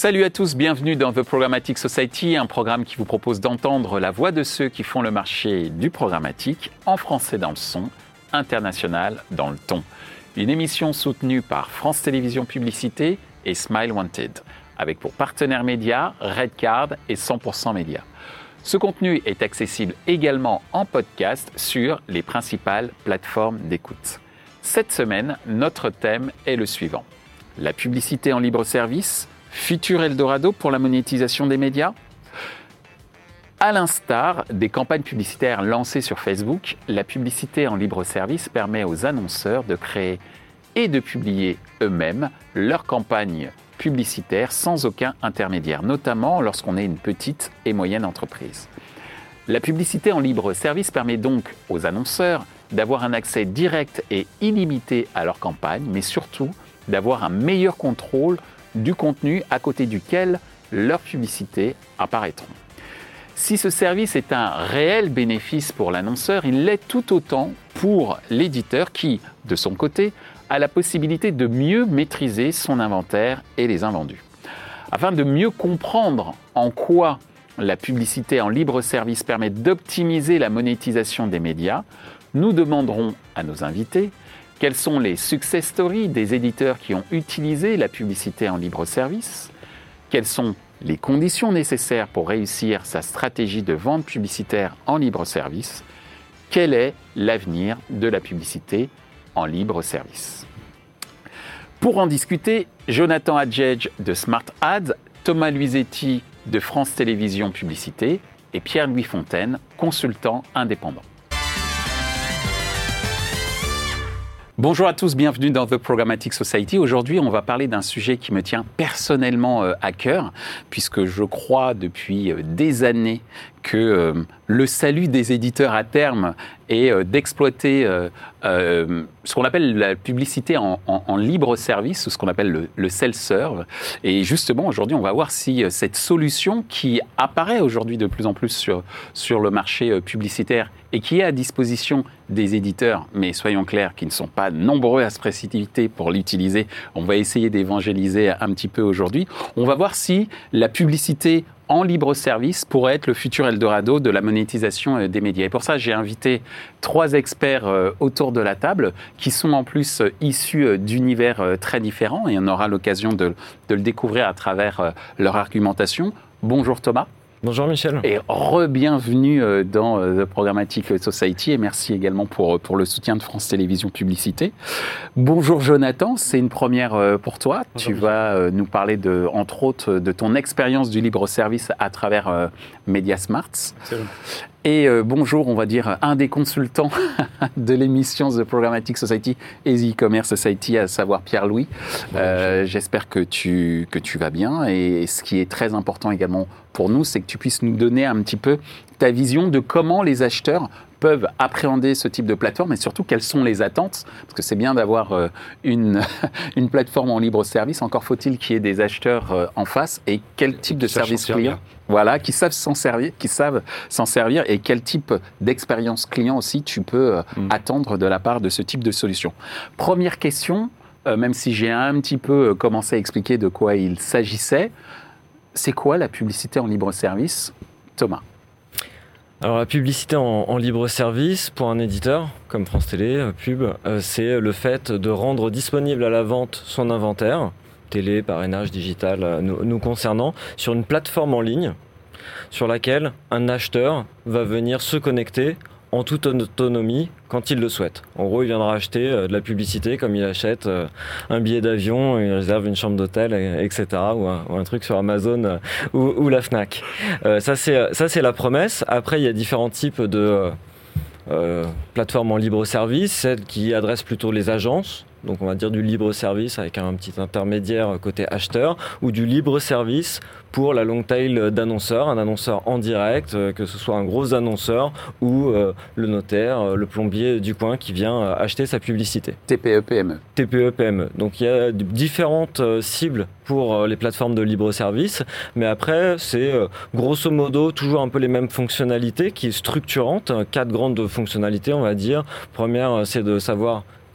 Salut à tous, bienvenue dans The Programmatic Society, un programme qui vous propose d'entendre la voix de ceux qui font le marché du programmatique, en français dans le son, international dans le ton. Une émission soutenue par France Télévisions Publicité et Smile Wanted, avec pour partenaires médias Redcard et 100% Média. Ce contenu est accessible également en podcast sur les principales plateformes d'écoute. Cette semaine, notre thème est le suivant. La publicité en libre service, futur Eldorado pour la monétisation des médias ? À l'instar des campagnes publicitaires lancées sur Facebook, la publicité en libre service permet aux annonceurs de créer et de publier eux-mêmes leurs campagnes publicitaires sans aucun intermédiaire, notamment lorsqu'on est une petite et moyenne entreprise. La publicité en libre service permet donc aux annonceurs d'avoir un accès direct et illimité à leurs campagnes, mais surtout d'avoir un meilleur contrôle du contenu à côté duquel leurs publicités apparaîtront. Si ce service est un réel bénéfice pour l'annonceur, il l'est tout autant pour l'éditeur qui, de son côté, a la possibilité de mieux maîtriser son inventaire et les invendus. Afin de mieux comprendre en quoi la publicité en libre service permet d'optimiser la monétisation des médias, nous demanderons à nos invités quelles sont les success stories des éditeurs qui ont utilisé la publicité en libre service, quelles sont les conditions nécessaires pour réussir sa stratégie de vente publicitaire en libre service, quel est l'avenir de la publicité en libre service. Pour en discuter, Jonathan Adjedj de Smart Ads, Thomas Luisetti de France Télévisions Publicité et Pierre-Louis Fontaine, consultant indépendant. Bonjour à tous, bienvenue dans The Programmatic Society. Aujourd'hui, on va parler d'un sujet qui me tient personnellement à cœur, puisque je crois depuis des années que le salut des éditeurs à terme est d'exploiter ce qu'on appelle la publicité en libre service, ou ce qu'on appelle le self-serve. Et justement, aujourd'hui, on va voir si cette solution qui apparaît aujourd'hui de plus en plus sur le marché publicitaire et qui est à disposition des éditeurs, mais soyons clairs, qui ne sont pas nombreux à se précipiter pour l'utiliser. On va essayer d'évangéliser un petit peu aujourd'hui. On va voir si la publicité en libre service pourrait être le futur Eldorado de la monétisation des médias. Et pour ça, j'ai invité 3 experts autour de la table qui sont en plus issus d'univers très différents et on aura l'occasion de le découvrir à travers leur argumentation. Bonjour Thomas. Bonjour Michel. Et re-bienvenue dans The Programmatic Society et merci également pour le soutien de France Télévisions Publicité. Bonjour Jonathan, c'est une première pour toi. Bonjour, tu vas nous parler entre autres de ton expérience du libre service à travers MediaSmarts. C'est bon. Et bonjour, on va dire, un des consultants de l'émission The Programmatic Society et The E-Commerce Society, à savoir Pierre-Louis. J'espère que tu vas bien. Et ce qui est très important également pour nous, c'est que tu puisses nous donner un petit peu ta vision de comment les acheteurs peuvent appréhender ce type de plateforme et surtout quelles sont les attentes, parce que c'est bien d'avoir une plateforme en libre service, encore faut-il qu'il y ait des acheteurs en face et quel type de service client, voilà, qui savent s'en servir et quel type d'expérience client aussi tu peux attendre de la part de ce type de solution. Première question, même si j'ai un petit peu commencé à expliquer de quoi il s'agissait, c'est quoi la publicité en libre service, Thomas ? Alors la publicité en libre service pour un éditeur comme France Télé, Pub, c'est le fait de rendre disponible à la vente son inventaire, télé, parrainage, digital, nous concernant, sur une plateforme en ligne sur laquelle un acheteur va venir se connecter en toute autonomie quand il le souhaite. En gros, il viendra acheter de la publicité comme il achète un billet d'avion, il réserve une chambre d'hôtel, etc. ou un truc sur Amazon ou la Fnac. Ça, c'est la promesse. Après, il y a différents types de plateformes en libre service, celles qui adressent plutôt les agences, donc on va dire du libre service avec un petit intermédiaire côté acheteur, ou du libre service pour la long tail d'annonceurs, un annonceur en direct, que ce soit un gros annonceur ou le notaire, le plombier du coin qui vient acheter sa publicité. TPE-PME. TPE-PME. Donc il y a différentes cibles pour les plateformes de libre service, mais après c'est grosso modo toujours un peu les mêmes fonctionnalités qui est structurante, 4 grandes fonctionnalités on va dire. Première, c'est de savoir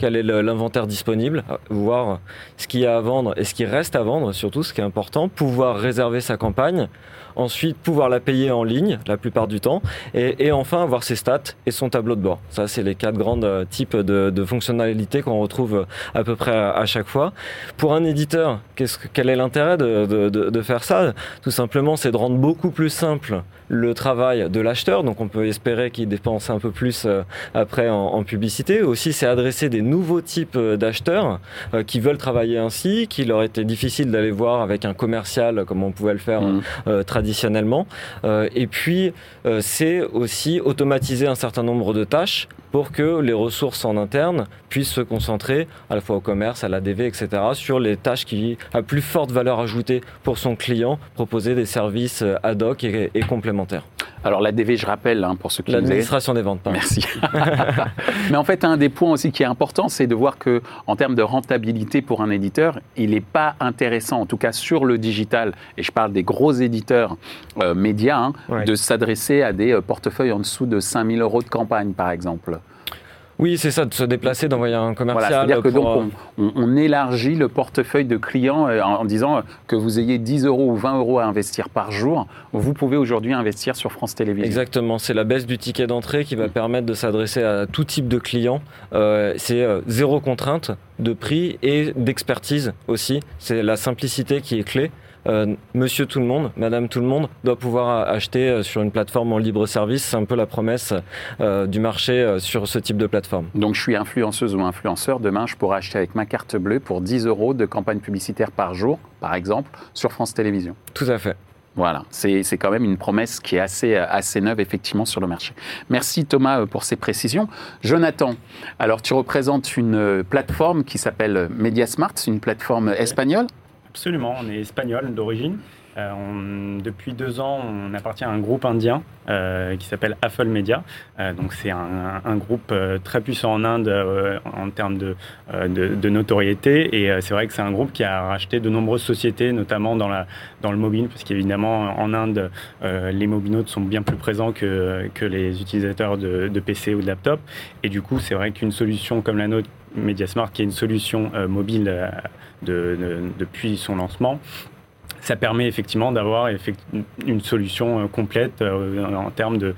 quel est l'inventaire disponible, voir ce qu'il y a à vendre et ce qui reste à vendre, surtout ce qui est important, pouvoir réserver sa campagne, ensuite pouvoir la payer en ligne la plupart du temps et enfin avoir ses stats et son tableau de bord. Ça, c'est les 4 grands types de fonctionnalités qu'on retrouve à peu près à chaque fois. Pour un éditeur, quel est l'intérêt de faire ça ? Tout simplement, c'est de rendre beaucoup plus simple le travail de l'acheteur, donc on peut espérer qu'il dépense un peu plus après en publicité. Aussi, c'est adresser des nouveaux types d'acheteurs qui veulent travailler ainsi, qu'il leur était difficile d'aller voir avec un commercial comme on pouvait le faire traditionnellement. Et puis, c'est aussi automatiser un certain nombre de tâches pour que les ressources en interne puissent se concentrer à la fois au commerce, à l'ADV, etc., sur les tâches qui ont plus forte valeur ajoutée pour son client, proposer des services ad hoc et complémentaires. Alors l'ADV, je rappelle, pour ceux qui l'administration des ventes. Pardon. Merci. Mais en fait, un des points aussi qui est important, c'est de voir que, en termes de rentabilité pour un éditeur, il n'est pas intéressant, en tout cas sur le digital, et je parle des gros éditeurs médias, de s'adresser à des portefeuilles en dessous de 5 000 € de campagne, par exemple. Oui, c'est ça, de se déplacer, d'envoyer un commercial. Voilà, c'est-à-dire que donc on élargit le portefeuille de clients en disant que vous ayez 10 € ou 20 € à investir par jour, vous pouvez aujourd'hui investir sur France Télévisions. Exactement, c'est la baisse du ticket d'entrée qui va permettre de s'adresser à tout type de clients. C'est zéro contrainte de prix et d'expertise aussi. C'est la simplicité qui est clé. Monsieur tout le monde, madame tout le monde doit pouvoir acheter sur une plateforme en libre service. C'est un peu la promesse du marché sur ce type de plateforme. Donc je suis influenceuse ou influenceur, demain je pourrai acheter avec ma carte bleue pour 10 € de campagne publicitaire par jour, par exemple, sur France Télévisions. Tout à fait. Voilà, c'est quand même une promesse qui est assez neuve effectivement sur le marché. Merci Thomas pour ces précisions. Jonathan, alors tu représentes une plateforme qui s'appelle Mediasmart, c'est une plateforme espagnole ? Absolument, on est espagnol d'origine. Depuis 2 ans, on appartient à un groupe indien qui s'appelle Affle Media. Donc c'est un groupe très puissant en Inde en termes de notoriété. Et c'est vrai que c'est un groupe qui a racheté de nombreuses sociétés, notamment dans le mobile, parce qu'évidemment en Inde, les mobinautes sont bien plus présents que les utilisateurs de PC ou de laptop. Et du coup, c'est vrai qu'une solution comme la nôtre, Mediasmart, qui est une solution mobile depuis son lancement, ça permet effectivement d'avoir une solution complète en termes de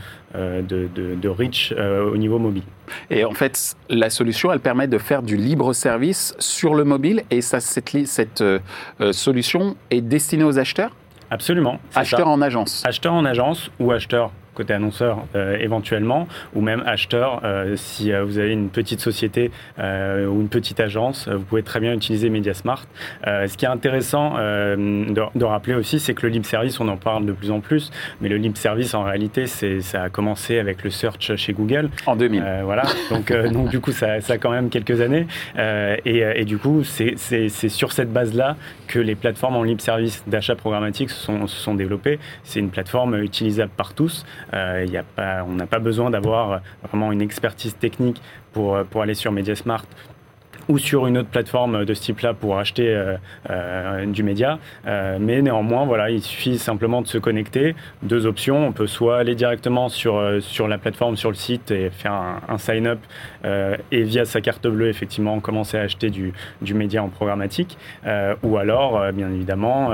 reach au niveau mobile. Et en fait, la solution, elle permet de faire du libre service sur le mobile et cette solution est destinée aux acheteurs ? Absolument. Acheteurs en agence. Acheteurs en agence ou acheteurs côté annonceur éventuellement, ou même acheteur, si vous avez une petite société ou une petite agence, vous pouvez très bien utiliser Mediasmart. Ce qui est intéressant de rappeler aussi, c'est que le libre service, on en parle de plus en plus, mais le libre service, en réalité, ça a commencé avec le search chez Google. En 2000. Voilà, donc du coup, ça a quand même quelques années. Et du coup, c'est sur cette base-là que les plateformes en libre service d'achat programmatique se sont développées. C'est une plateforme utilisable par tous. On n'a pas besoin d'avoir vraiment une expertise technique pour aller sur Mediasmart ou sur une autre plateforme de ce type-là pour acheter du média. Mais néanmoins, voilà, il suffit simplement de se connecter. 2 options. On peut soit aller directement sur la plateforme, sur le site et faire un sign-up et via sa carte bleue, effectivement, commencer à acheter du média en programmatique. Ou alors, bien évidemment,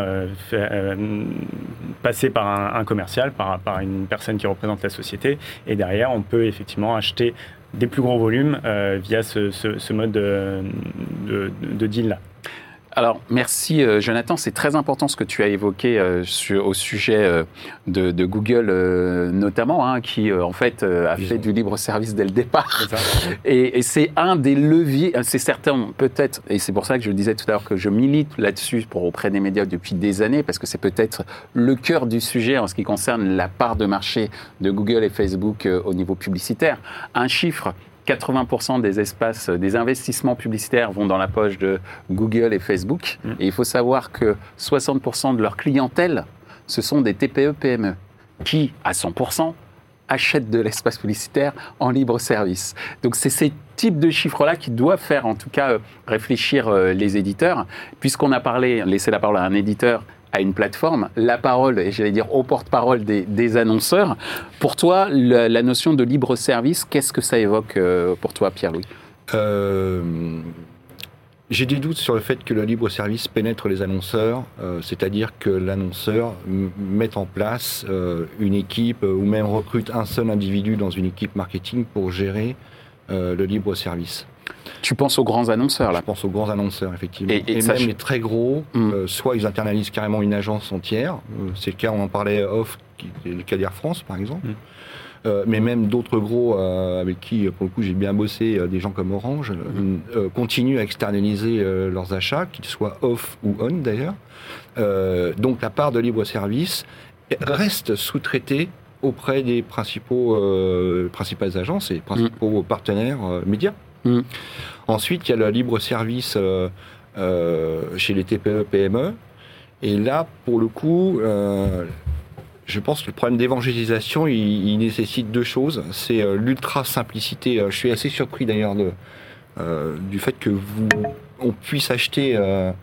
passer par un commercial, par une personne qui représente la société. Et derrière, on peut effectivement acheter des plus gros volumes via ce mode de deal-là. Alors, merci Jonathan, c'est très important ce que tu as évoqué au sujet de Google notamment, qui en fait a fait du libre service dès le départ. Et c'est un des leviers, c'est certain peut-être, et c'est pour ça que je disais tout à l'heure que je milite là-dessus auprès des médias depuis des années, parce que c'est peut-être le cœur du sujet en ce qui concerne la part de marché de Google et Facebook au niveau publicitaire. Un chiffre: 80% des espaces, des investissements publicitaires vont dans la poche de Google et Facebook. Et il faut savoir que 60% de leur clientèle, ce sont des TPE-PME qui, à 100%, achètent de l'espace publicitaire en libre service. Donc c'est ces types de chiffres-là qui doivent faire, en tout cas, réfléchir les éditeurs. Puisqu'on a laissé la parole à un éditeur, à une plateforme, la parole, et j'allais dire au porte-parole des annonceurs. Pour toi, la notion de libre service, qu'est-ce que ça évoque pour toi, Pierre-Louis ? J'ai des doutes sur le fait que le libre service pénètre les annonceurs, c'est-à-dire que l'annonceur mette en place une équipe ou même recrute un seul individu dans une équipe marketing pour gérer le libre service. Tu penses aux grands annonceurs, là? Je pense aux grands annonceurs, effectivement. Et même les très gros, soit ils internalisent carrément une agence entière, c'est le cas, on en parlait off, le cas d'Air France, par exemple. Mais même d'autres gros avec qui, pour le coup, j'ai bien bossé, des gens comme Orange, continuent à externaliser leurs achats, qu'ils soient off ou on d'ailleurs. Donc la part de libre service reste sous-traitée auprès des principales agences et principaux partenaires médias. Ensuite, il y a le libre service chez les TPE, PME. Et là, pour le coup, je pense que le problème d'évangélisation, il nécessite deux choses. C'est l'ultra simplicité. Je suis assez surpris d'ailleurs du fait que on puisse acheter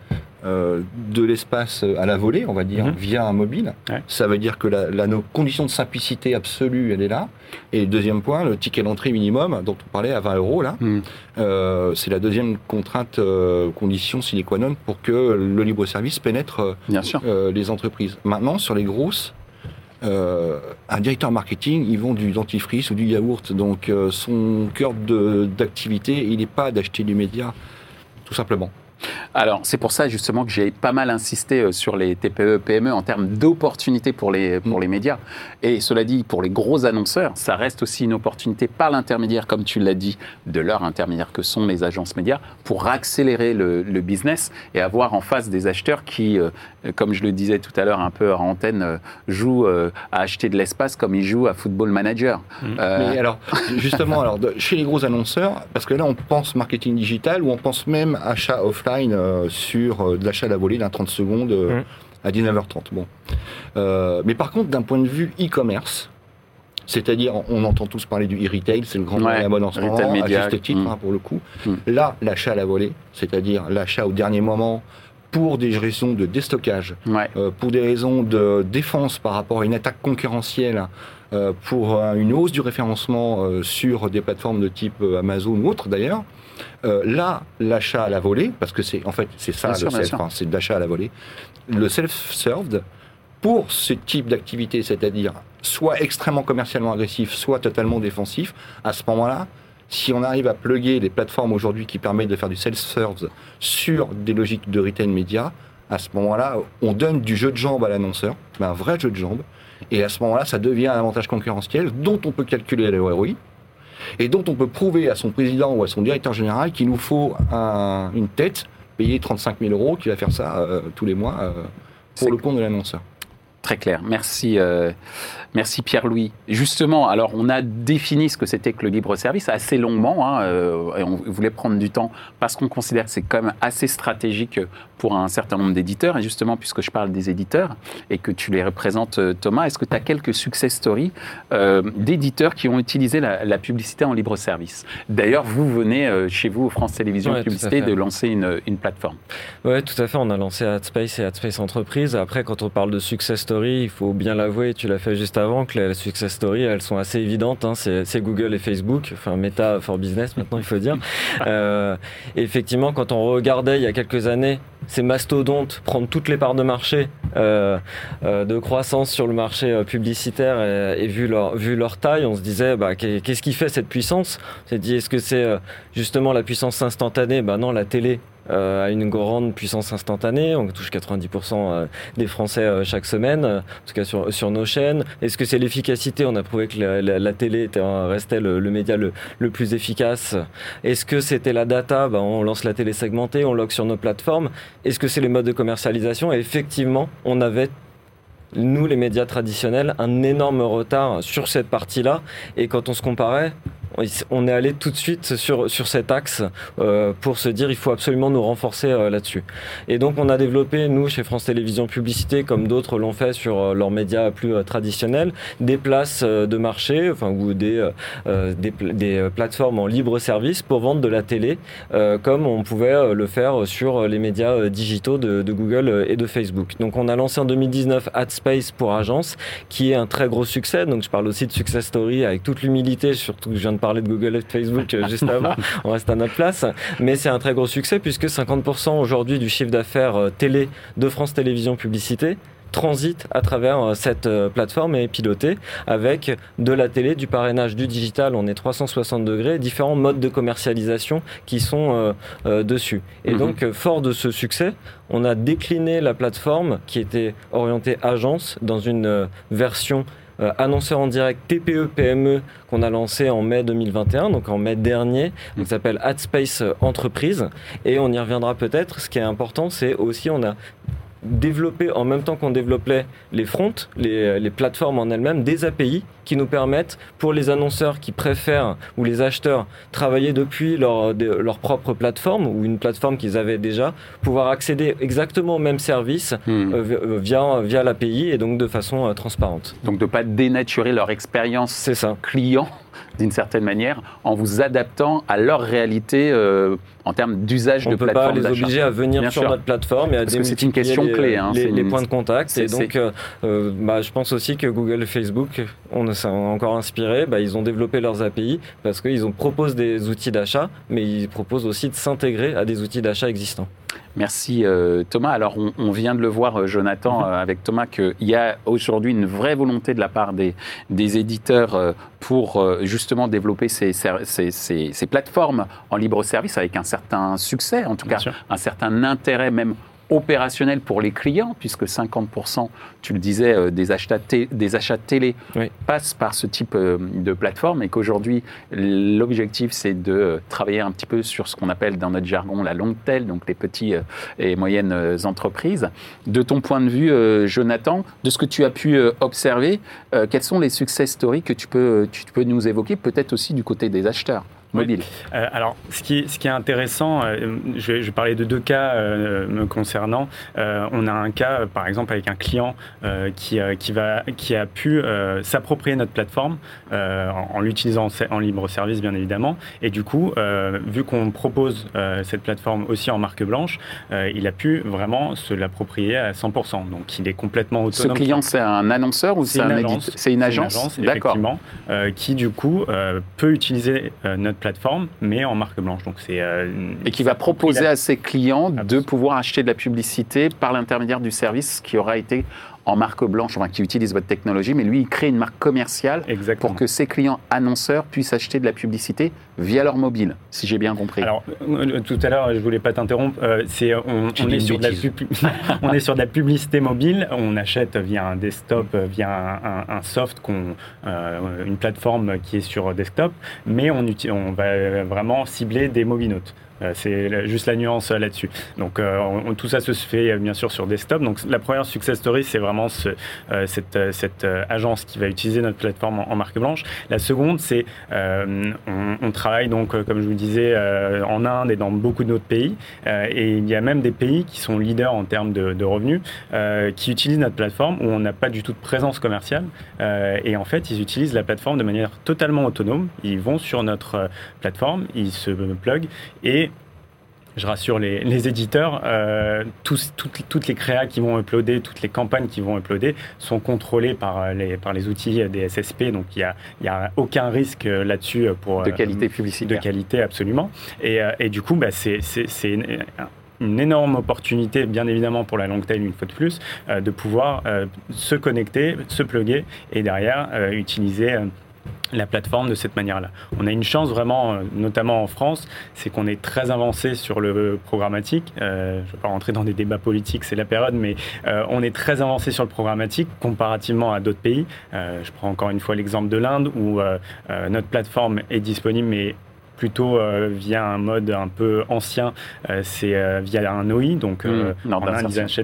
de l'espace à la volée, on va dire, via un mobile. Ouais. Ça veut dire que nos conditions de simplicité absolue, elle est là. Et le deuxième point, le ticket d'entrée minimum, dont on parlait à 20 €, là, c'est la deuxième contrainte, condition sine qua non pour que le libre-service pénètre les entreprises. Maintenant, sur les grosses, un directeur marketing, il vend du dentifrice ou du yaourt, donc son cœur d'activité, il n'est pas d'acheter du média, tout simplement. Alors, c'est pour ça justement que j'ai pas mal insisté sur les TPE, PME en termes d'opportunités pour les médias. Et cela dit, pour les gros annonceurs, ça reste aussi une opportunité par l'intermédiaire, comme tu l'as dit, de leur intermédiaire que sont les agences médias, pour accélérer le business et avoir en face des acheteurs qui, comme je le disais tout à l'heure un peu en antenne, jouent à acheter de l'espace comme ils jouent à Football Manager. Mais alors, justement, chez les gros annonceurs, parce que là on pense marketing digital ou on pense même achat offline sur de l'achat à la volée d'un 30 secondes à 19h30. Bon. Mais par contre, d'un point de vue e-commerce, c'est-à-dire, on entend tous parler du e-retail, c'est le grand mot à la mode en ce moment, à juste titre, pour le coup. Là, l'achat à la volée, c'est-à-dire l'achat au dernier moment pour des raisons de déstockage, pour des raisons de défense par rapport à une attaque concurrentielle, pour une hausse du référencement sur des plateformes de type Amazon ou autres d'ailleurs. Là, l'achat à la volée, parce que c'est ça, c'est de l'achat à la volée, le self-served, pour ce type d'activité, c'est-à-dire soit extrêmement commercialement agressif, soit totalement défensif, à ce moment-là, si on arrive à plugger les plateformes aujourd'hui qui permettent de faire du self-serve sur des logiques de retail média, à ce moment-là, on donne du jeu de jambes à l'annonceur, un vrai jeu de jambes, et à ce moment-là, ça devient un avantage concurrentiel dont on peut calculer le ROI, et dont on peut prouver à son président ou à son directeur général qu'il nous faut une tête payée 35 000 €, qui va faire ça tous les mois pour le compte de l'annonceur. Très clair. Merci, merci Pierre-Louis. Justement, alors on a défini ce que c'était que le libre-service assez longuement, et on voulait prendre du temps parce qu'on considère que c'est quand même assez stratégique pour un certain nombre d'éditeurs. Et justement, puisque je parle des éditeurs et que tu les représentes, Thomas, est-ce que tu as quelques success stories d'éditeurs qui ont utilisé la publicité en libre-service? D'ailleurs, vous venez chez vous, au France Télévisions Publicité, de lancer une plateforme. Oui, tout à fait. On a lancé AdSpace et AdSpace Entreprise. Après, quand on parle de success story, il faut bien l'avouer, tu l'as fait juste avant, que les success stories, elles sont assez évidentes. C'est Google et Facebook, enfin Meta for Business maintenant, il faut dire. Effectivement, quand on regardait il y a quelques années ces mastodontes prendre toutes les parts de marché de croissance sur le marché publicitaire et vu leur taille, on se disait qu'est-ce qui fait cette puissance? On s'est dit, est-ce que c'est justement la puissance instantanée? Non, la télé a une grande puissance instantanée, on touche 90% des Français chaque semaine, en tout cas sur nos chaînes. Est-ce que c'est l'efficacité? On a prouvé que la télé restait le média le plus efficace. Est-ce que c'était la data? On lance la télé segmentée, on log sur nos plateformes. Est-ce que c'est les modes de commercialisation? Et effectivement, on avait, nous les médias traditionnels, un énorme retard sur cette partie-là. Et quand on se comparait, on est allé tout de suite sur cet axe pour se dire il faut absolument nous renforcer là-dessus. Et donc on a développé, nous, chez France Télévisions Publicité, comme d'autres l'ont fait sur leurs médias plus traditionnels, des places de marché, ou des plateformes en libre service pour vendre de la télé, comme on pouvait le faire sur les médias digitaux de Google et de Facebook. Donc on a lancé en 2019 AdSpace pour agence, qui est un très gros succès. Donc je parle aussi de success story avec toute l'humilité, surtout que je viens de parler parler de Google et de Facebook juste avant, on reste à notre place. Mais c'est un très gros succès puisque 50% aujourd'hui du chiffre d'affaires télé de France Télévisions Publicité transite à travers cette plateforme et est piloté avec de la télé, du parrainage, du digital, on est 360 degrés, différents modes de commercialisation qui sont dessus. Et donc, fort de ce succès, on a décliné la plateforme qui était orientée agence dans une version annonceur en direct TPE-PME qu'on a lancé en mai 2021, donc en mai dernier, qui s'appelle AdSpace Entreprise. Et on y reviendra peut-être. Ce qui est important, c'est aussi on a développer en même temps qu'on développait les fronts, les plateformes en elles-mêmes, des API qui nous permettent, pour les annonceurs qui préfèrent ou les acheteurs travailler depuis leur propre plateforme ou une plateforme qu'ils avaient déjà, pouvoir accéder exactement au même service via l'API et donc de façon transparente. Donc de ne pas dénaturer leur expérience client d'une certaine manière, en vous adaptant à leur réalité en termes d'usage de plateforme d'achat. On ne peut pas les obliger à venir sur notre plateforme et à démultiplier c'est une question clé, les points de contact. Et donc, je pense aussi que Google et Facebook, on s'est encore inspiré, ils ont développé leurs API parce qu'ils proposent des outils d'achat, mais ils proposent aussi de s'intégrer à des outils d'achat existants. Merci Thomas. Alors on vient de le voir, Jonathan, avec Thomas, qu'il y a aujourd'hui une vraie volonté de la part des éditeurs pour justement développer ces plateformes en libre service avec un certain succès, en tout cas un certain intérêt même opérationnel pour les clients, puisque 50%, tu le disais, des achats télé passent par ce type de plateforme et qu'aujourd'hui, l'objectif, c'est de travailler un petit peu sur ce qu'on appelle dans notre jargon la long tail, donc les petites et moyennes entreprises. De ton point de vue, Jonathan, de ce que tu as pu observer, quels sont les success stories que tu peux nous évoquer, peut-être aussi du côté des acheteurs mobile. Alors, ce qui est intéressant, je vais parler de deux cas me concernant. On a un cas, par exemple, avec un client qui a pu s'approprier notre plateforme en l'utilisant en libre service, bien évidemment. Et du coup, vu qu'on propose cette plateforme aussi en marque blanche, il a pu vraiment se l'approprier à 100%. Donc, il est complètement autonome. Ce client, c'est un annonceur ou c'est un éditeur ? C'est une agence, d'accord. Effectivement, qui du coup peut utiliser notre plateforme, mais en marque blanche. Donc et qui va proposer à ses clients de pouvoir acheter de la publicité par l'intermédiaire du service qui aura été en marque blanche, enfin qui utilise votre technologie, mais lui, il crée une marque commerciale pour que ses clients annonceurs puissent acheter de la publicité via leur mobile, si j'ai bien compris. Alors, tout à l'heure, je ne voulais pas t'interrompre, on est sur de la publicité mobile, on achète via un desktop, via un soft, une plateforme qui est sur desktop, mais on va vraiment cibler des mobinautes. C'est juste la nuance là-dessus. Donc tout ça se fait bien sûr sur desktop. Donc la première success story, c'est vraiment cette agence qui va utiliser notre plateforme en marque blanche. La seconde, c'est on travaille donc comme je vous le disais en Inde et dans beaucoup d'autres pays. Et il y a même des pays qui sont leaders en termes de revenus qui utilisent notre plateforme où on n'a pas du tout de présence commerciale. Et en fait, ils utilisent la plateforme de manière totalement autonome. Ils vont sur notre plateforme, ils se pluguent et je rassure les éditeurs, toutes les créas qui vont uploader, toutes les campagnes qui vont uploader sont contrôlées par les outils des SSP, donc il y a aucun risque là-dessus pour de qualité publicitaire. De qualité, absolument. Et du coup, c'est une énorme opportunité, bien évidemment pour la long tail une fois de plus, de pouvoir se connecter, se plugger et derrière utiliser la plateforme de cette manière-là. On a une chance vraiment, notamment en France, c'est qu'on est très avancé sur le programmatique. Je ne vais pas rentrer dans des débats politiques, c'est la période, mais on est très avancé sur le programmatique comparativement à d'autres pays. Je prends encore une fois l'exemple de l'Inde où notre plateforme est disponible, mais plutôt via un mode un peu ancien, c'est via un OI. Donc en Inde, ils achètent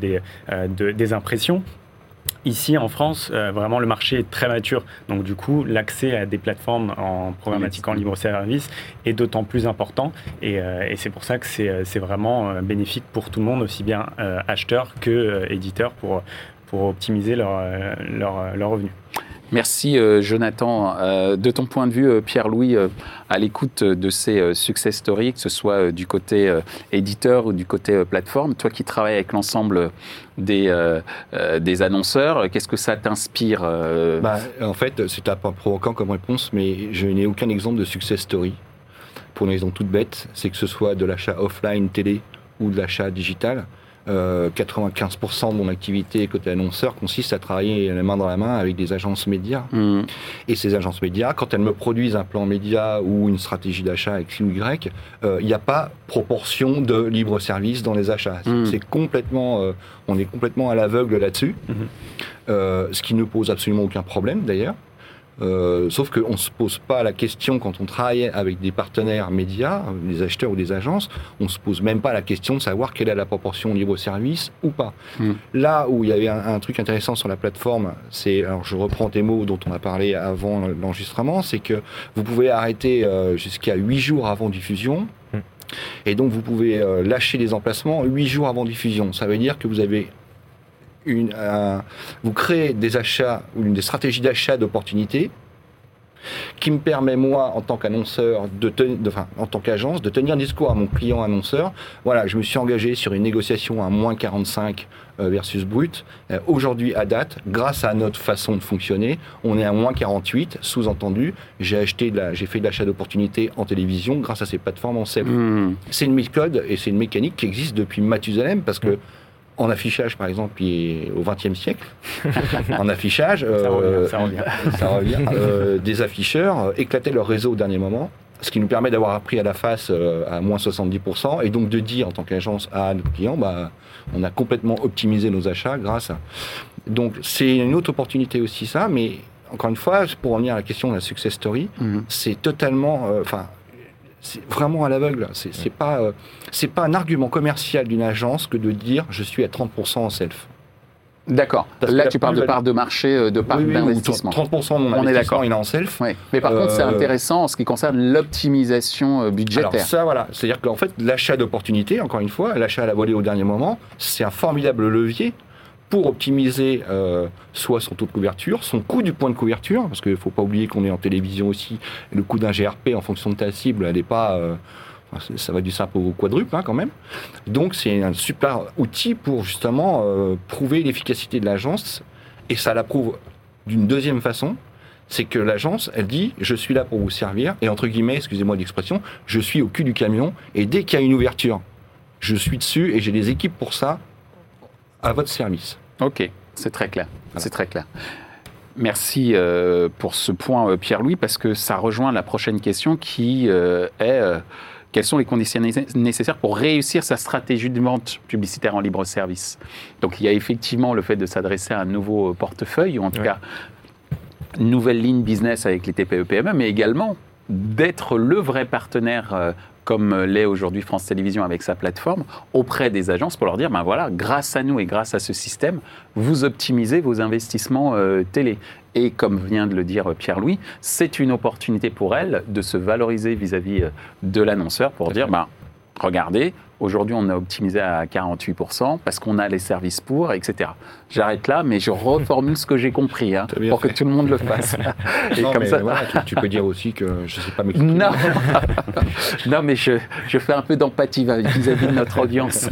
des impressions. Ici, en France, vraiment, le marché est très mature. Donc, du coup, l'accès à des plateformes en programmatique en libre service est d'autant plus important. Et c'est pour ça que c'est vraiment bénéfique pour tout le monde, aussi bien acheteurs que éditeurs, pour optimiser leurs revenus. Merci Jonathan. De ton point de vue, Pierre-Louis, à l'écoute de ces success stories, que ce soit du côté éditeur ou du côté plateforme, toi qui travailles avec l'ensemble des annonceurs, qu'est-ce que ça t'inspire En fait, c'est un peu provoquant comme réponse, mais je n'ai aucun exemple de success story. Pour une raison toute bête, c'est que ce soit de l'achat offline télé ou de l'achat digital, 95% de mon activité côté annonceur consiste à travailler la main dans la main avec des agences médias. Et ces agences médias, quand elles me produisent un plan média ou une stratégie d'achat X ou Y, il n'y a pas proportion de libre service dans les achats. C'est complètement, on est complètement à l'aveugle là-dessus, ce qui ne pose absolument aucun problème d'ailleurs. Sauf qu'on ne se pose pas la question quand on travaille avec des partenaires médias, des acheteurs ou des agences, on ne se pose même pas la question de savoir quelle est la proportion libre-service ou pas. Là où il y avait un truc intéressant sur la plateforme, c'est, alors je reprends tes mots dont on a parlé avant l'enregistrement, c'est que vous pouvez arrêter jusqu'à 8 jours avant diffusion. Et donc vous pouvez lâcher les emplacements 8 jours avant diffusion. Ça veut dire que vous avez vous créez des achats ou des stratégies d'achat d'opportunités qui me permet, moi, en tant qu'annonceur, en tant qu'agence, de tenir discours à mon client annonceur. Voilà, je me suis engagé sur une négociation à moins 45 versus brut. Aujourd'hui, à date, grâce à notre façon de fonctionner, on est à moins 48. Sous-entendu, j'ai fait de l'achat d'opportunités en télévision grâce à ces plateformes en self. C'est une méthode et c'est une mécanique qui existe depuis Mathusalem parce que en affichage, par exemple, au XXe siècle, en affichage, ça revient. Des afficheurs éclataient leur réseau au dernier moment, ce qui nous permet d'avoir appris à la face à moins 70%, et donc de dire en tant qu'agence à nos clients, on a complètement optimisé nos achats grâce à... Donc c'est une autre opportunité aussi ça, mais encore une fois, pour revenir à la question de la success story, c'est totalement... c'est vraiment à l'aveugle. C'est pas un argument commercial d'une agence que de dire je suis à 30% en self. D'accord. Là, tu parles de part de marché, de part d'investissement. 30% de mon investissement, il est en self. Oui. Mais par contre, c'est intéressant en ce qui concerne l'optimisation budgétaire. Alors ça, voilà. C'est-à-dire qu'en fait, l'achat d'opportunités, encore une fois, l'achat à la volée au dernier moment, c'est un formidable levier pour optimiser soit son taux de couverture, son coût du point de couverture, parce qu'il ne faut pas oublier qu'on est en télévision aussi, le coût d'un GRP en fonction de ta cible, elle n'est pas... ça va du simple au quadruple quand même. Donc c'est un super outil pour justement prouver l'efficacité de l'agence, et ça la prouve d'une deuxième façon, c'est que l'agence, elle dit « je suis là pour vous servir », et entre guillemets, excusez-moi l'expression, je suis au cul du camion, et dès qu'il y a une ouverture, je suis dessus, et j'ai des équipes pour ça, à votre service. Ok, c'est très clair. Voilà. C'est très clair. Merci pour ce point, Pierre-Louis, parce que ça rejoint la prochaine question qui est quelles sont les conditions nécessaires pour réussir sa stratégie de vente publicitaire en libre service. Donc il y a effectivement le fait de s'adresser à un nouveau portefeuille, ou en tout cas une nouvelle ligne business avec les TPE-PME, mais également d'être le vrai partenaire comme l'est aujourd'hui France Télévisions avec sa plateforme, auprès des agences pour leur dire, voilà, grâce à nous et grâce à ce système, vous optimisez vos investissements télé. Et comme vient de le dire Pierre-Louis, c'est une opportunité pour elles de se valoriser vis-à-vis de l'annonceur pour dire, regardez, aujourd'hui on a optimisé à 48% parce qu'on a les services pour, etc. J'arrête là, mais je reformule ce que j'ai compris pour que tout le monde le fasse. Et non, comme ça, voilà, tu peux dire aussi que je ne sais pas m'expliquer. Non, mais je fais un peu d'empathie vis-à-vis de notre audience.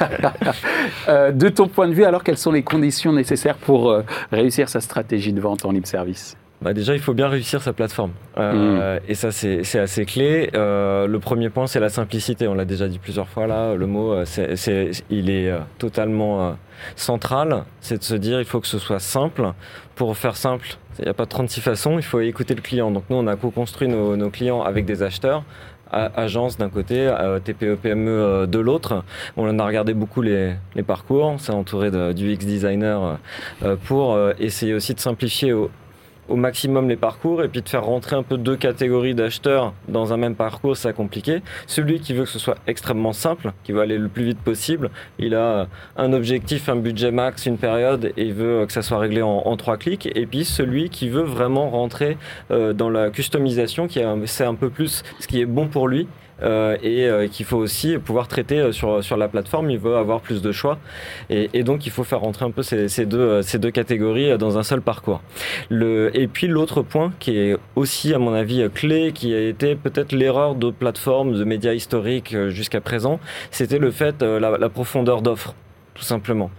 De ton point de vue, alors, quelles sont les conditions nécessaires pour réussir sa stratégie de vente en libre service ? Déjà, il faut bien réussir sa plateforme. Et ça, c'est assez clé. Le premier point, c'est la simplicité. On l'a déjà dit plusieurs fois là. Le mot, il est totalement central. C'est de se dire, il faut que ce soit simple. Pour faire simple, il n'y a pas 36 façons. Il faut écouter le client. Donc nous, on a co-construit nos clients avec des acheteurs. Agence d'un côté, TPE-PME de l'autre. On en a regardé beaucoup les parcours. On s'est entouré du UX designer pour essayer aussi de simplifier au maximum les parcours, et puis de faire rentrer un peu deux catégories d'acheteurs dans un même parcours, c'est compliqué. Celui qui veut que ce soit extrêmement simple, qui veut aller le plus vite possible, il a un objectif, un budget max, une période, et il veut que ça soit réglé en 3 clics. Et puis celui qui veut vraiment rentrer dans la customisation, c'est un peu plus ce qui est bon pour lui, et qu'il faut aussi pouvoir traiter sur la plateforme. Il veut avoir plus de choix et donc il faut faire rentrer un peu ces deux catégories dans un seul parcours. Et puis l'autre point qui est aussi à mon avis clé, qui a été peut-être l'erreur de plateformes, de médias historiques jusqu'à présent, c'était le fait la profondeur d'offres. Tout simplement.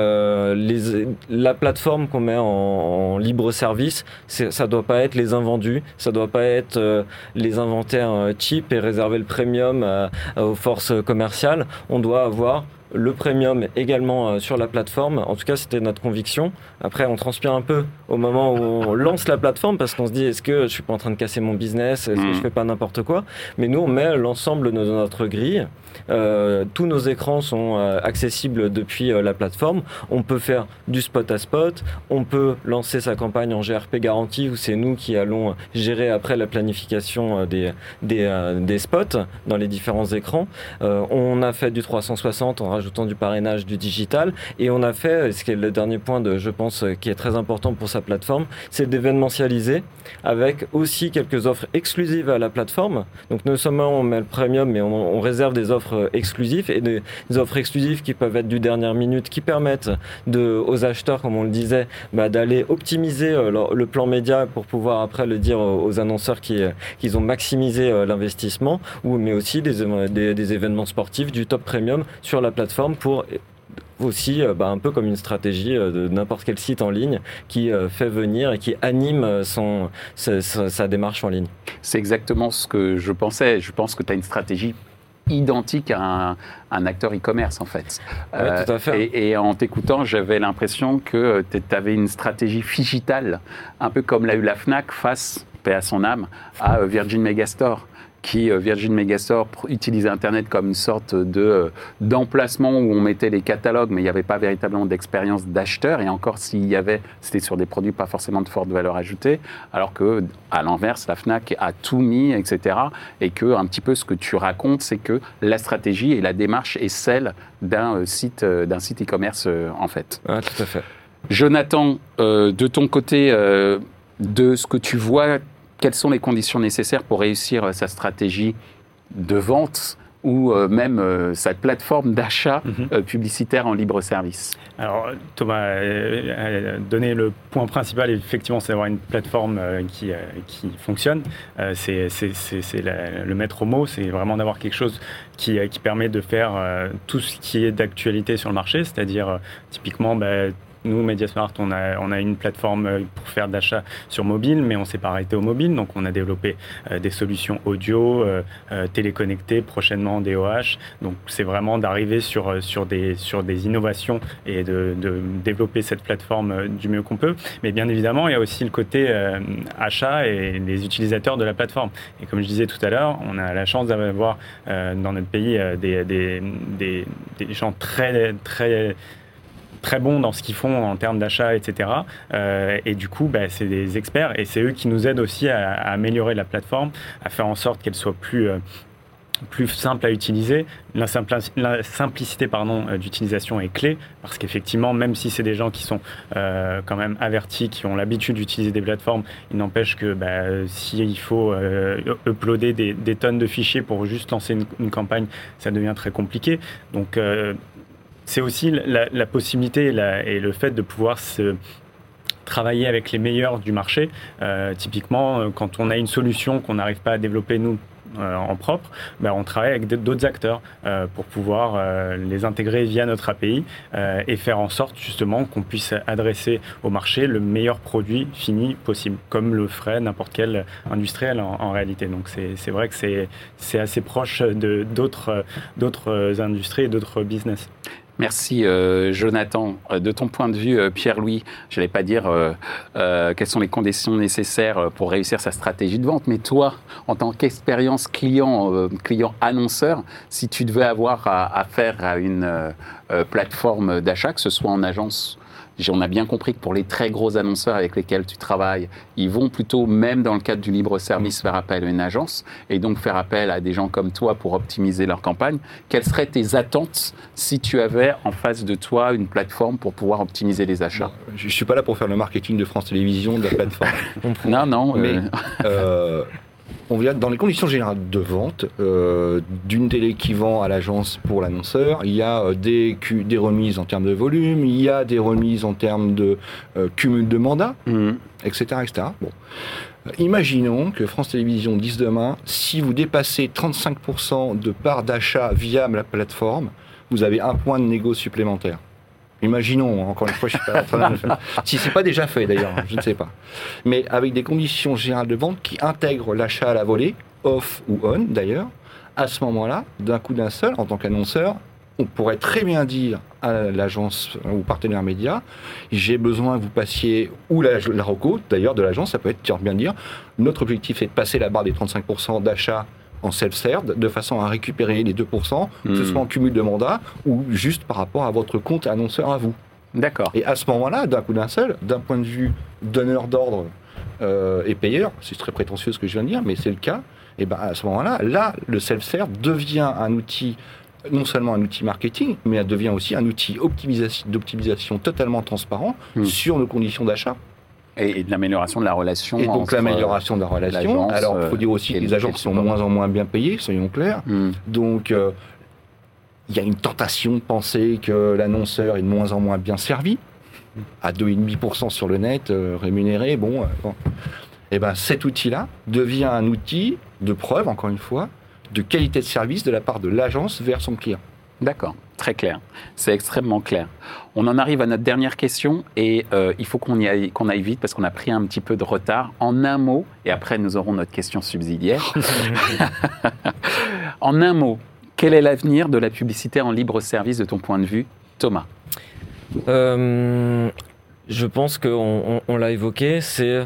La plateforme qu'on met en libre service, ça doit pas être les invendus, ça doit pas être les inventaires cheap et réserver le premium aux forces commerciales. On doit avoir le premium également sur la plateforme. En tout cas, c'était notre conviction. Après, on transpire un peu au moment où on lance la plateforme parce qu'on se dit, est-ce que je suis pas en train de casser mon business? Est-ce que je fais pas n'importe quoi? Mais nous, on met l'ensemble de notre grille. Tous nos écrans sont accessibles depuis la plateforme. On peut faire du spot à spot. On peut lancer sa campagne en GRP garantie où c'est nous qui allons gérer après la planification des spots dans les différents écrans. On a fait du 360 en rajoutant du parrainage, du digital, et on a fait, ce qui est le dernier point je pense, qui est très important pour sa plateforme, c'est d'événementialiser avec aussi quelques offres exclusives à la plateforme. Donc non seulement on met le premium, mais on réserve des offres exclusives et des offres exclusives qui peuvent être du dernière minute, qui permettent aux acheteurs, comme on le disait, d'aller optimiser le plan média pour pouvoir après le dire aux annonceurs qu'ils ont maximisé l'investissement, mais aussi des événements sportifs du top premium sur la plateforme pour aussi un peu comme une stratégie de n'importe quel site en ligne qui fait venir et qui anime sa démarche en ligne. C'est exactement ce que je pensais. Je pense que tu as une stratégie identique à un acteur e-commerce en fait. Oui, tout à fait. Et en t'écoutant, j'avais l'impression que tu avais une stratégie digitale, un peu comme l'a eu la Fnac face, paix à son âme, à Virgin Megastore. Virgin Megastore utilisait Internet comme une sorte d'emplacement où on mettait les catalogues, mais il n'y avait pas véritablement d'expérience d'acheteur. Et encore, s'il y avait, c'était sur des produits pas forcément de forte valeur ajoutée. Alors que, à l'inverse, la Fnac a tout mis, etc. Et que, un petit peu, ce que tu racontes, c'est que la stratégie et la démarche est celle d'un site e-commerce, en fait. Ah, tout à fait. Jonathan, de ton côté, de ce que tu vois, quelles sont les conditions nécessaires pour réussir sa stratégie de vente ou même sa plateforme d'achat publicitaire en libre service? Alors, Thomas a donné le point principal, effectivement, c'est d'avoir une plateforme qui fonctionne. C'est le maître mot, c'est vraiment d'avoir quelque chose qui permet de faire tout ce qui est d'actualité sur le marché, c'est-à-dire typiquement... Nous, Mediasmart, on a une plateforme pour faire d'achat sur mobile, mais on ne s'est pas arrêté au mobile. Donc, on a développé des solutions audio, téléconnectées, prochainement DOH. Donc, c'est vraiment d'arriver sur des innovations et de développer cette plateforme du mieux qu'on peut. Mais bien évidemment, il y a aussi le côté achat et les utilisateurs de la plateforme. Et comme je disais tout à l'heure, on a la chance d'avoir dans notre pays des gens très bons dans ce qu'ils font en termes d'achat, etc. Et du coup, c'est des experts et c'est eux qui nous aident aussi à améliorer la plateforme, à faire en sorte qu'elle soit plus simple à utiliser. La simplicité d'utilisation est clé parce qu'effectivement, même si c'est des gens qui sont quand même avertis, qui ont l'habitude d'utiliser des plateformes, il n'empêche que s'il faut uploader des tonnes de fichiers pour juste lancer une campagne, ça devient très compliqué. Donc, c'est aussi la possibilité et le fait de pouvoir travailler avec les meilleurs du marché. Typiquement, quand on a une solution qu'on n'arrive pas à développer nous en propre, on travaille avec d'autres acteurs pour pouvoir les intégrer via notre API et faire en sorte justement qu'on puisse adresser au marché le meilleur produit fini possible, comme le ferait n'importe quel industriel en réalité. Donc c'est vrai que c'est assez proche d'autres industries et d'autres business. Merci Jonathan. De ton point de vue, Pierre-Louis, je n'allais pas dire quelles sont les conditions nécessaires pour réussir sa stratégie de vente, mais toi, en tant qu'expérience client annonceur, si tu devais avoir affaire à une plateforme d'achat, que ce soit en agence, on a bien compris que pour les très gros annonceurs avec lesquels tu travailles, ils vont plutôt, même dans le cadre du libre service, faire appel à une agence et donc faire appel à des gens comme toi pour optimiser leur campagne. Quelles seraient tes attentes si tu avais en face de toi une plateforme pour pouvoir optimiser les achats? Je ne suis pas là pour faire le marketing de France Télévisions, de la plateforme. Non. Mais on vient dans les conditions générales de vente d'une télé qui vend à l'agence pour l'annonceur. Il y a des remises en termes de volume, il y a des remises en termes de cumul de mandats, etc., etc. Bon. Imaginons que France Télévisions dise demain, si vous dépassez 35% de part d'achat via la plateforme, vous avez un point de négo supplémentaire. Imaginons, encore une fois, je ne suis pas en train de le faire. Si ce n'est pas déjà fait d'ailleurs, je ne sais pas. Mais avec des conditions générales de vente qui intègrent l'achat à la volée, off ou on d'ailleurs, à ce moment-là, d'un coup d'un seul, en tant qu'annonceur, on pourrait très bien dire à l'agence ou partenaire média, j'ai besoin que vous passiez, ou la reco d'ailleurs de l'agence, ça peut être bien dire, notre objectif est de passer la barre des 35% d'achat en self-serve, de façon à récupérer les 2%, que ce soit en cumul de mandat ou juste par rapport à votre compte annonceur à vous. D'accord. Et à ce moment-là, d'un coup d'un seul, d'un point de vue donneur d'ordre et payeur, c'est très prétentieux ce que je viens de dire, mais c'est le cas, et ben à ce moment-là, le self-serve devient un outil, non seulement un outil marketing, mais elle devient aussi un outil d'optimisation totalement transparent sur nos conditions d'achat. Et de l'amélioration de la relation. Et donc l'amélioration de la relation. Alors, il faut dire aussi que les agences sont de moins en moins bien payées, soyons clairs. Donc, il y a une tentation de penser que l'annonceur est de moins en moins bien servi. À 2,5% sur le net, rémunéré, bon. Et ben, cet outil-là devient un outil de preuve, encore une fois, de qualité de service de la part de l'agence vers son client. D'accord, très clair. C'est extrêmement clair. On en arrive à notre dernière question et il faut qu'on aille vite parce qu'on a pris un petit peu de retard. En un mot, et après nous aurons notre question subsidiaire. En un mot, quel est l'avenir de la publicité en libre service de ton point de vue, Thomas ? Je pense qu'on l'a évoqué, c'est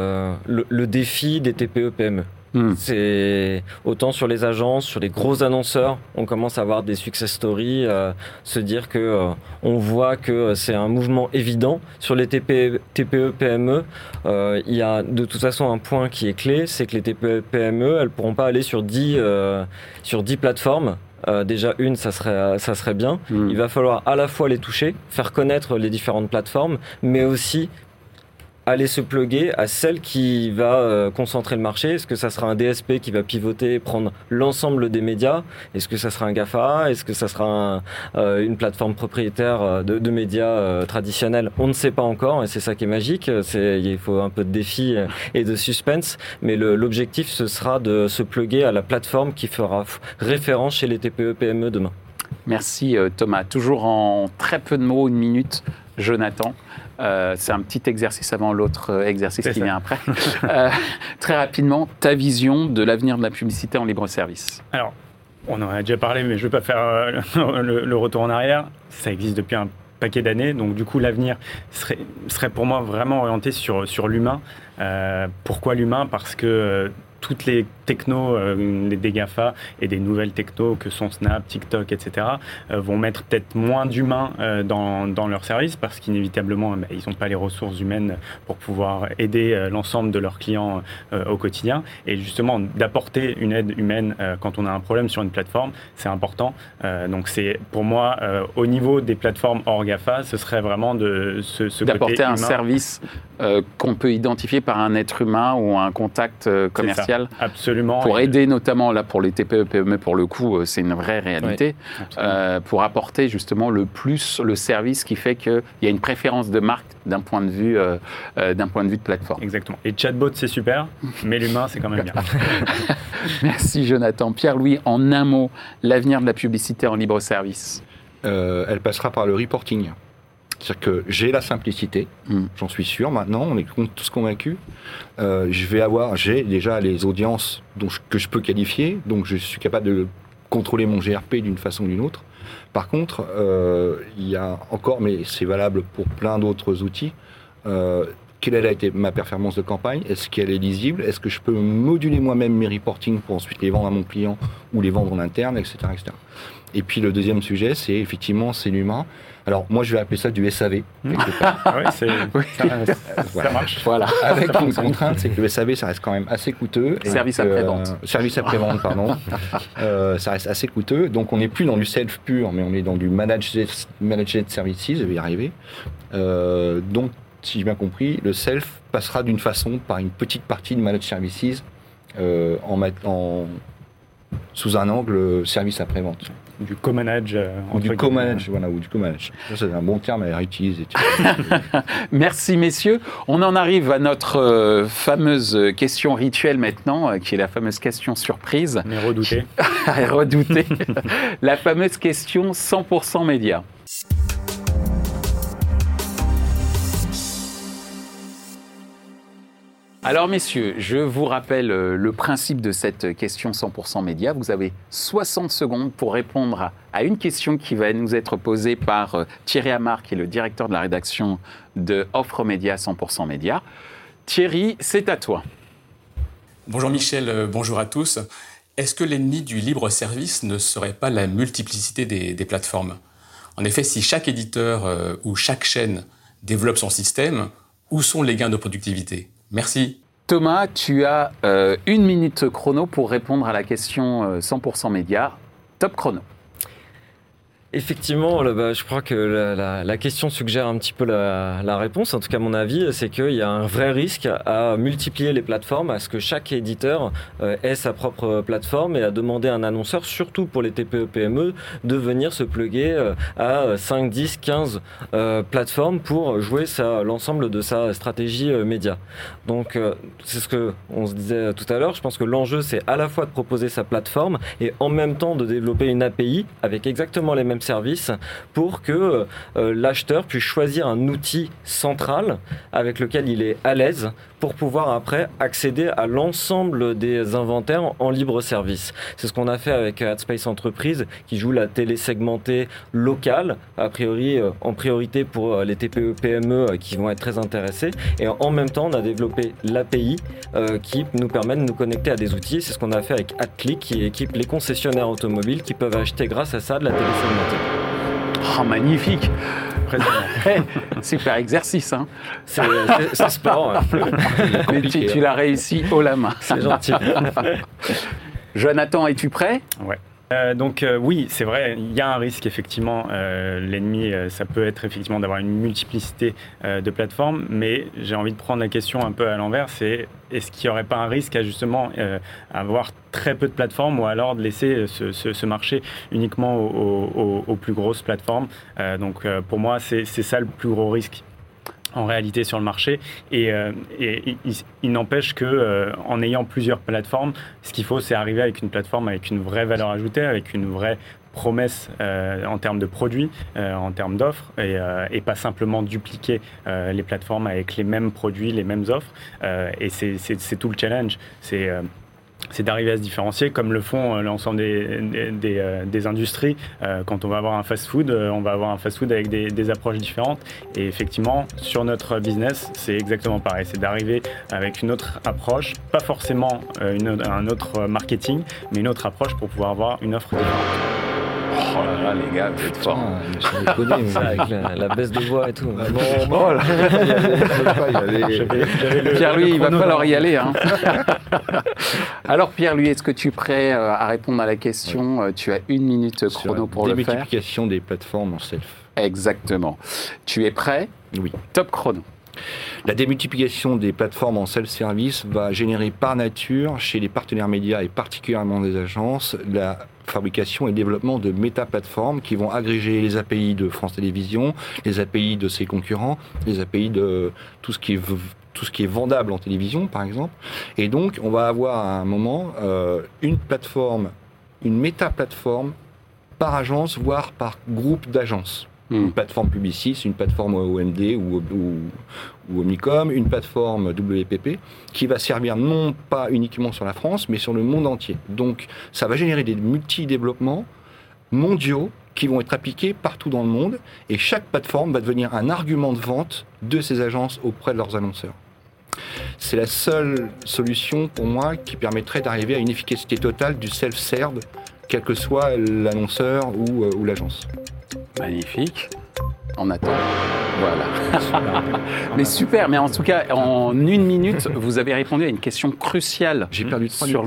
le défi des TPE-PME. C'est autant sur les agences, sur les gros annonceurs, on commence à avoir des success stories, se dire que on voit que c'est un mouvement évident. Sur les TPE, PME, il y a de toute façon un point qui est clé, c'est que les TPE, PME, elles pourront pas aller sur 10 plateformes. Déjà une, ça serait bien. Il va falloir à la fois les toucher, faire connaître les différentes plateformes, mais aussi aller se plugger à celle qui va concentrer le marché. Est-ce que ça sera un DSP qui va pivoter, prendre l'ensemble des médias ? Est-ce que ça sera un GAFA ? Est-ce que ça sera une plateforme propriétaire de médias traditionnels ? On ne sait pas encore et c'est ça qui est magique. Il faut un peu de défi et de suspense. Mais l'objectif, ce sera de se plugger à la plateforme qui fera référence chez les TPE-PME demain. Merci Thomas. Toujours en très peu de mots, 1 minute, Jonathan. C'est un petit exercice avant l'autre exercice qui vient après. Très rapidement, ta vision de l'avenir de la publicité en libre service. Alors, on en a déjà parlé, mais je ne vais pas faire le retour en arrière. Ça existe depuis un paquet d'années, donc du coup l'avenir serait pour moi vraiment orienté sur l'humain. Pourquoi l'humain ? Parce que toutes les technos, des GAFA et des nouvelles technos que sont Snap, TikTok, etc., vont mettre peut-être moins d'humains dans leur service parce qu'inévitablement, ils n'ont pas les ressources humaines pour pouvoir aider l'ensemble de leurs clients au quotidien. Et justement, d'apporter une aide humaine quand on a un problème sur une plateforme, c'est important. Donc c'est pour moi, au niveau des plateformes hors GAFA, ce serait vraiment de ce côté d'apporter un humain. service qu'on peut identifier par un être humain ou un contact commercial. Absolument. Pour aider notamment, là pour les TPE-PME pour le coup, c'est une vraie réalité, pour apporter justement le service qui fait qu'il y a une préférence de marque d'un point de vue de plateforme. Exactement. Et chatbot c'est super, mais l'humain c'est quand même bien. Merci Jonathan. Pierre-Louis, en un mot, l'avenir de la publicité en libre service. Elle passera par le reporting. C'est-à-dire que j'ai la simplicité, j'en suis sûr maintenant, on est tous convaincus. J'ai déjà les audiences que je peux qualifier, donc je suis capable de contrôler mon GRP d'une façon ou d'une autre. Par contre, il y a encore, mais c'est valable pour plein d'autres outils, quelle a été ma performance de campagne ? Est-ce qu'elle est lisible ? Est-ce que je peux moduler moi-même mes reportings pour ensuite les vendre à mon client ou les vendre en interne, etc., etc. Et puis le deuxième sujet, c'est l'humain. Alors moi je vais appeler ça du SAV. Ça marche. Voilà. Avec une contrainte, c'est que le SAV ça reste quand même assez coûteux. Service après-vente. Service après-vente, pardon. Ça reste assez coûteux. Donc on n'est plus dans du self pur, mais on est dans du managed services, je vais y arriver. Donc si j'ai bien compris, le self passera d'une façon par une petite partie de managed services sous un angle service après-vente. Du co-manage. Ou du co-manage. Ça, c'est un bon terme à réutiliser. Merci, messieurs. On en arrive à notre fameuse question rituelle maintenant, qui est la fameuse question surprise. Mais redoutée. Redoutée. La fameuse question 100% média. Alors messieurs, je vous rappelle le principe de cette question 100% média. Vous avez 60 secondes pour répondre à une question qui va nous être posée par Thierry Amar, qui est le directeur de la rédaction de Offre Média 100% média. Thierry, c'est à toi. Bonjour Michel, bonjour à tous. Est-ce que l'ennemi du libre service ne serait pas la multiplicité des plateformes ? En effet, si chaque éditeur ou chaque chaîne développe son système, où sont les gains de productivité ? Merci. Thomas, tu as 1 minute chrono pour répondre à la question 100% média. Top chrono. Effectivement, je crois que la question suggère un petit peu la réponse. En tout cas, mon avis, c'est qu'il y a un vrai risque à multiplier les plateformes, à ce que chaque éditeur ait sa propre plateforme et à demander à un annonceur, surtout pour les TPE-PME, de venir se plugger à 5, 10, 15 plateformes pour jouer l'ensemble de sa stratégie média. Donc, c'est ce qu'on se disait tout à l'heure. Je pense que l'enjeu, c'est à la fois de proposer sa plateforme et en même temps de développer une API avec exactement les mêmes services pour que l'acheteur puisse choisir un outil central avec lequel il est à l'aise pour pouvoir après accéder à l'ensemble des inventaires en libre service. C'est ce qu'on a fait avec AdSpace Entreprise qui joue la télé segmentée locale, a priori en priorité pour les TPE-PME qui vont être très intéressés. Et en même temps, on a développé l'API qui nous permet de nous connecter à des outils. C'est ce qu'on a fait avec AdClick qui équipe les concessionnaires automobiles qui peuvent acheter grâce à ça de la télé segmentée. Oh, magnifique. Super exercice, hein. C'est sport. Mais tu l'as réussi haut la main. C'est gentil. Jonathan, es-tu prêt ? Ouais. Oui, c'est vrai, il y a un risque effectivement. L'ennemi, ça peut être effectivement d'avoir une multiplicité de plateformes, mais j'ai envie de prendre la question un peu à l'envers, c'est est-ce qu'il n'y aurait pas un risque à justement avoir très peu de plateformes ou alors de laisser ce marché uniquement aux plus grosses plateformes. Pour moi, c'est ça le plus gros risque en réalité sur le marché et il n'empêche que en ayant plusieurs plateformes, ce qu'il faut c'est arriver avec une plateforme avec une vraie valeur ajoutée, avec une vraie promesse en termes de produits, en termes d'offres et pas simplement dupliquer les plateformes avec les mêmes produits, les mêmes offres et c'est tout le challenge. C'est d'arriver à se différencier comme le font l'ensemble des industries. Quand on va avoir un fast-food, on va avoir un fast-food avec des approches différentes. Et effectivement, sur notre business, c'est exactement pareil. C'est d'arriver avec une autre approche, pas forcément un autre marketing, mais une autre approche pour pouvoir avoir une offre différente. Oh là là, les gars, vous êtes forts. Avec la baisse de voix et tout. Pierre-Louis, il va falloir y aller. Hein. Alors Pierre-Louis, est-ce que tu es prêt à répondre à la question ? Tu as 1 minute chrono pour le faire. Démultiplication des plateformes en self. Exactement. Tu es prêt ? Oui. Top chrono. La démultiplication des plateformes en self-service va générer par nature, chez les partenaires médias et particulièrement des agences, la fabrication et développement de méta-plateformes qui vont agréger les API de France Télévisions, les API de ses concurrents, les API de tout ce qui est vendable en télévision, par exemple. Et donc, on va avoir à un moment une plateforme, une méta-plateforme par agence, voire par groupe d'agences. Une plateforme Publicis, une plateforme OMD ou Omnicom, une plateforme WPP qui va servir non pas uniquement sur la France, mais sur le monde entier. Donc, ça va générer des multi-développements mondiaux qui vont être appliqués partout dans le monde et chaque plateforme va devenir un argument de vente de ces agences auprès de leurs annonceurs. C'est la seule solution pour moi qui permettrait d'arriver à une efficacité totale du self-serve, quel que soit l'annonceur ou l'agence. Magnifique. On attend. Voilà. Mais super. Mais en tout cas, en 1 minute, vous avez répondu à une question cruciale. J'ai perdu 3 sur minutes.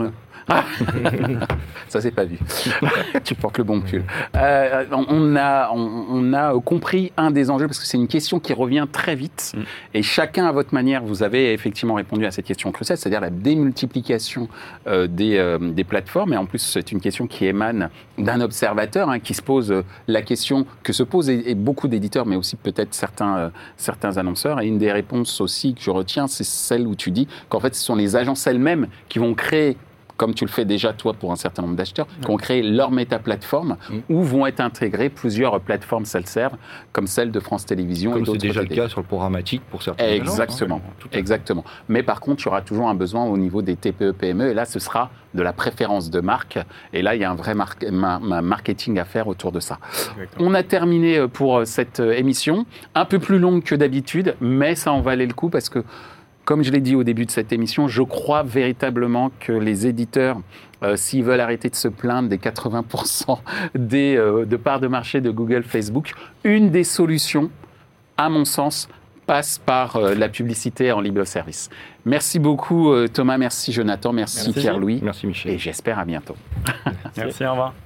Ça, c'est pas vu. Tu portes le bon pull. On a compris un des enjeux, parce que c'est une question qui revient très vite. Et chacun, à votre manière, vous avez effectivement répondu à cette question cruciale, c'est-à-dire la démultiplication des plateformes. Et en plus, c'est une question qui émane d'un observateur qui se pose la question que se posent et beaucoup d'éditeurs, mais aussi peut-être certains annonceurs. Et une des réponses aussi que je retiens, c'est celle où tu dis qu'en fait, ce sont les agences elles-mêmes qui vont créer, comme tu le fais déjà toi pour un certain nombre d'acheteurs, qui vont créer leur méta-plateforme où vont être intégrées plusieurs plateformes self-serve, comme celle de France Télévisions et d'autres. C'est déjà le cas sur le programmatique pour certaines Exactement, agences, exactement. Mais par contre, il y aura toujours un besoin au niveau des TPE, PME, et là, ce sera de la préférence de marque. Et là, il y a un vrai marketing à faire autour de ça. Exactement. On a terminé pour cette émission, un peu plus longue que d'habitude, mais ça en valait le coup parce que, comme je l'ai dit au début de cette émission, je crois véritablement que les éditeurs, s'ils veulent arrêter de se plaindre des 80% de parts de marché de Google, Facebook, une des solutions, à mon sens, passe par la publicité en libre service. Merci beaucoup Thomas, merci Jonathan, merci Pierre-Louis. Merci Michel. Et j'espère à bientôt. Merci, au revoir.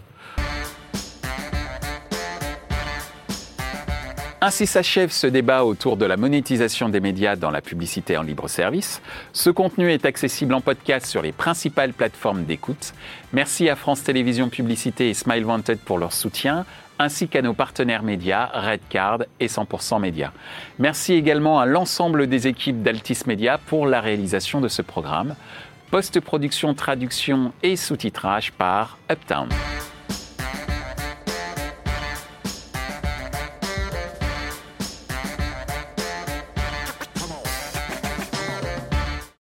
Ainsi s'achève ce débat autour de la monétisation des médias dans la publicité en libre service. Ce contenu est accessible en podcast sur les principales plateformes d'écoute. Merci à France Télévisions Publicité et Smile Wanted pour leur soutien, ainsi qu'à nos partenaires médias, Redcard et 100% Média. Merci également à l'ensemble des équipes d'Altis Média pour la réalisation de ce programme. Post-production, traduction et sous-titrage par Uptown.